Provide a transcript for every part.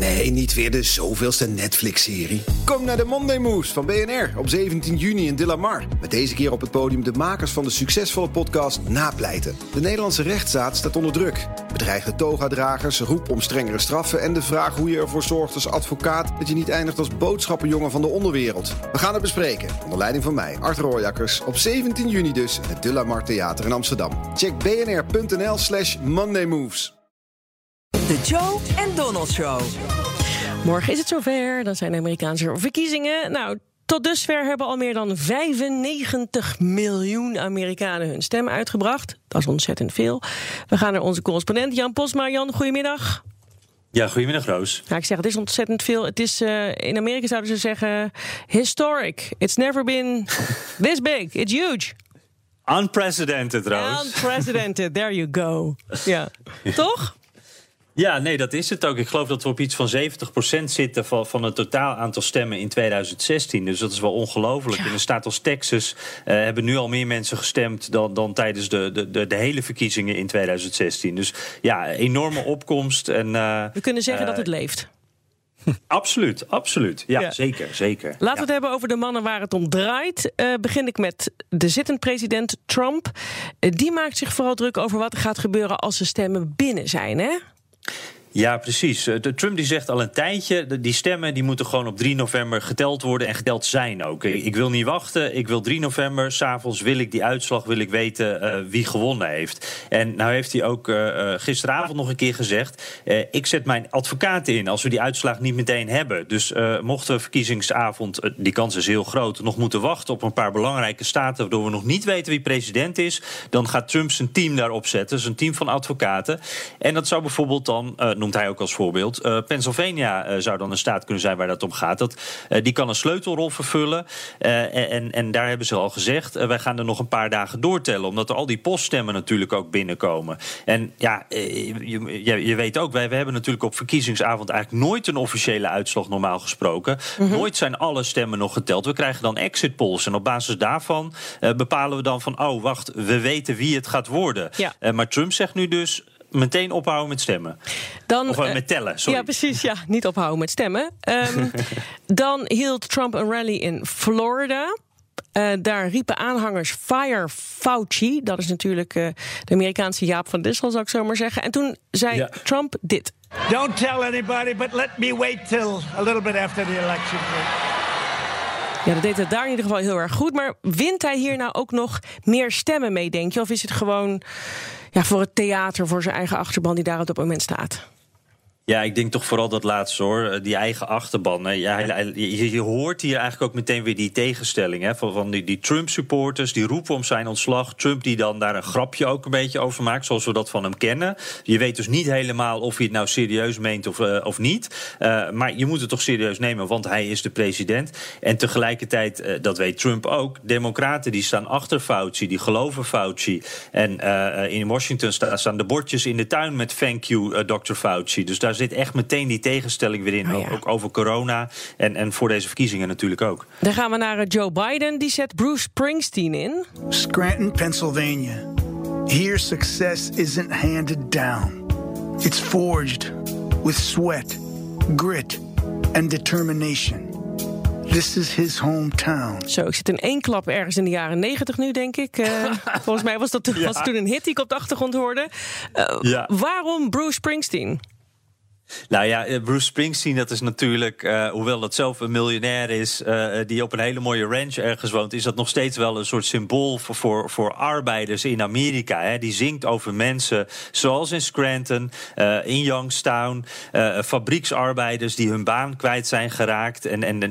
Nee, niet weer de zoveelste Netflix-serie. Kom naar de Monday Moves van BNR op 17 juni in De La Mar. Met deze keer op het podium de makers van de succesvolle podcast Napleiten. De Nederlandse rechtsstaat staat onder druk. Bedreigde toga-dragers, roep om strengere straffen en de vraag hoe je ervoor zorgt als advocaat dat je niet eindigt als boodschappenjongen van de onderwereld. We gaan het bespreken, onder leiding van mij, Art Rooijakkers, op 17 juni dus in het De La Mar Theater in Amsterdam. Check bnr.nl/mondaymoves. De Joe en Donald Show. Morgen is het zover, dan zijn de Amerikaanse verkiezingen. Nou, tot dusver hebben al meer dan 95 miljoen Amerikanen hun stem uitgebracht. Dat is ontzettend veel. We gaan naar onze correspondent Jan Posma. Jan, goedemiddag. Ja, goedemiddag Roos. Ja, ik zeg, het is ontzettend veel. Het is, in Amerika zouden ze zeggen, historic. It's never been this big. It's huge. Unprecedented, Roos. Unprecedented, there you go. Ja, toch? Ja, nee, dat is het ook. Ik geloof dat we op iets van 70% zitten van het totaal aantal stemmen in 2016. Dus dat is wel ongelooflijk. Ja. In een staat als Texas hebben nu al meer mensen gestemd dan tijdens de hele verkiezingen in 2016. Dus ja, enorme opkomst. En, we kunnen zeggen dat het leeft. Absoluut. Ja. Zeker. Laten we het hebben over de mannen waar het om draait. Begin ik met de zittend president Trump. Die maakt zich vooral druk over wat er gaat gebeuren als de stemmen binnen zijn, hè? Ja, precies. Trump die zegt al een tijdje, die stemmen die moeten gewoon op 3 november geteld worden en geteld zijn ook. Ik wil niet wachten, ik wil 3 november, 's avonds wil ik die uitslag, wil ik weten wie gewonnen heeft. En nou heeft hij ook gisteravond nog een keer gezegd, ik zet mijn advocaten in als we die uitslag niet meteen hebben. Dus mochten we verkiezingsavond, die kans is heel groot, nog moeten wachten op een paar belangrijke staten waardoor we nog niet weten wie president is, dan gaat Trump zijn team daarop zetten, zijn team van advocaten. En dat zou bijvoorbeeld dan, noemt hij ook als voorbeeld, Pennsylvania zou dan een staat kunnen zijn waar dat om gaat. Die kan een sleutelrol vervullen. En daar hebben ze al gezegd, wij gaan er nog een paar dagen doortellen, omdat er al die poststemmen natuurlijk ook binnenkomen. En ja, je weet ook, wij hebben natuurlijk op verkiezingsavond eigenlijk nooit een officiële uitslag normaal gesproken. Mm-hmm. Nooit zijn alle stemmen nog geteld. We krijgen dan exit polls en op basis daarvan bepalen we dan van, oh wacht, we weten wie het gaat worden. Ja. Maar Trump zegt nu dus, meteen ophouden met stemmen. Dan, of met tellen, sorry. Ja, precies. Ja, niet ophouden met stemmen. Dan hield Trump een rally in Florida. Daar riepen aanhangers Fire Fauci. Dat is natuurlijk de Amerikaanse Jaap van Dissel, zou ik zo maar zeggen. En toen zei Trump dit. Don't tell anybody, but let me wait till a little bit after the election. Ja, dat deed het daar in ieder geval heel erg goed. Maar wint hij hier nou ook nog meer stemmen mee, denk je? Of is het gewoon voor het theater, voor zijn eigen achterban die daar op dat moment staat? Ja, ik denk toch vooral dat laatste, hoor. Die eigen achterban. Je hoort hier eigenlijk ook meteen weer die tegenstelling. Hè, van die Trump-supporters, die roepen om zijn ontslag. Trump die dan daar een grapje ook een beetje over maakt, zoals we dat van hem kennen. Je weet dus niet helemaal of hij het nou serieus meent of niet. Maar je moet het toch serieus nemen, want hij is de president. En tegelijkertijd, dat weet Trump ook, democraten die staan achter Fauci, die geloven Fauci. En in Washington staan de bordjes in de tuin met thank you, Dr. Fauci. Dus daar zit echt meteen die tegenstelling weer in. Ook over corona en voor deze verkiezingen natuurlijk ook. Dan gaan we naar Joe Biden. Die zet Bruce Springsteen in. Scranton, Pennsylvania. Here success isn't handed down. It's forged with sweat, grit and determination. This is his hometown. Zo, ik zit in één klap ergens in de jaren 90 nu, denk ik. Volgens mij was dat was toen een hit die ik op de achtergrond hoorde. Waarom Bruce Springsteen? Nou ja, Bruce Springsteen, dat is natuurlijk, hoewel dat zelf een miljonair is, die op een hele mooie ranch ergens woont, is dat nog steeds wel een soort symbool voor arbeiders in Amerika. Hè. Die zingt over mensen zoals in Scranton, in Youngstown, fabrieksarbeiders die hun baan kwijt zijn geraakt. En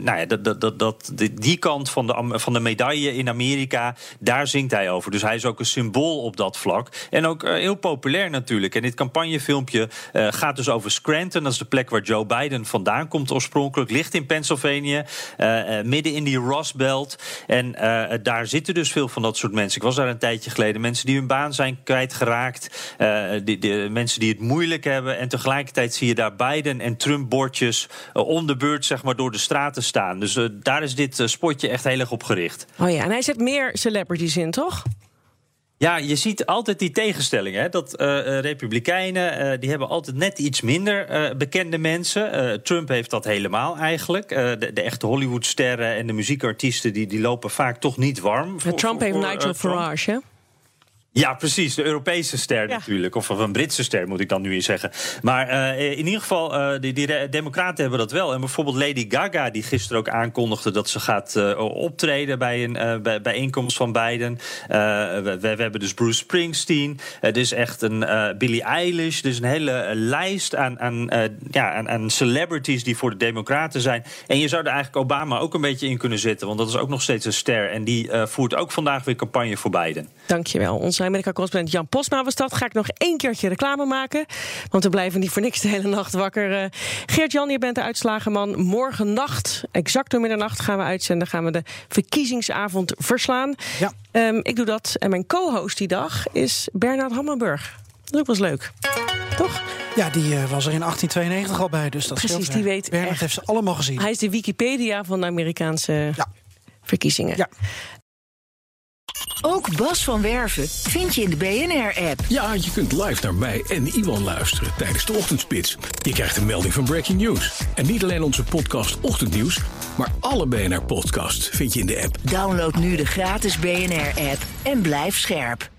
die kant van de medaille in Amerika, daar zingt hij over. Dus hij is ook een symbool op dat vlak. En ook heel populair natuurlijk. En dit campagnefilmpje gaat dus over Scranton. Dat is de plek waar Joe Biden vandaan komt oorspronkelijk. Ligt in Pennsylvania, midden in die Rust Belt. En daar zitten dus veel van dat soort mensen. Ik was daar een tijdje geleden. Mensen die hun baan zijn kwijtgeraakt. De mensen die het moeilijk hebben. En tegelijkertijd zie je daar Biden en Trump bordjes om de beurt, zeg maar, door de straten staan. Dus daar is dit spotje echt heel erg op gericht. Oh ja, en hij zet meer celebrities in, toch? Ja, je ziet altijd die tegenstelling. Hè? Dat Republikeinen die hebben altijd net iets minder bekende mensen. Trump heeft dat helemaal eigenlijk. De echte Hollywoodsterren en de muziekartiesten die lopen vaak toch niet warm. Trump heeft Nigel Farage, hè? Ja, precies. De Europese ster natuurlijk. Of een Britse ster, moet ik dan nu eens zeggen. Maar in ieder geval, die democraten hebben dat wel. En bijvoorbeeld Lady Gaga, die gisteren ook aankondigde dat ze gaat optreden bij een bijeenkomst van Biden. We hebben dus Bruce Springsteen. Dus echt een Billie Eilish. Dus een hele lijst aan celebrities die voor de democraten zijn. En je zou er eigenlijk Obama ook een beetje in kunnen zetten. Want dat is ook nog steeds een ster. En die voert ook vandaag weer campagne voor Biden. Dankjewel. Onze Amerika-correspondent Jan Posma was dat. Ga ik nog 1 keertje reclame maken. Want we blijven niet voor niks de hele nacht wakker. Geert-Jan, je bent de uitslagenman. Morgen nacht, exact door middernacht, gaan we uitzenden. Gaan we de verkiezingsavond verslaan. Ja. Ik doe dat. En mijn co-host die dag is Bernard Hammelburg. Dat was leuk. Toch? Ja, die was er in 1892 al bij. Dus dat precies, die weet Bernard echt. heeft ze allemaal gezien. Hij is de Wikipedia van de Amerikaanse verkiezingen. Ja. Ook Bas van Werven vind je in de BNR-app. Ja, je kunt live naar mij en Iwan luisteren tijdens de ochtendspits. Je krijgt een melding van Breaking News. En niet alleen onze podcast Ochtendnieuws, maar alle BNR-podcasts vind je in de app. Download nu de gratis BNR-app en blijf scherp.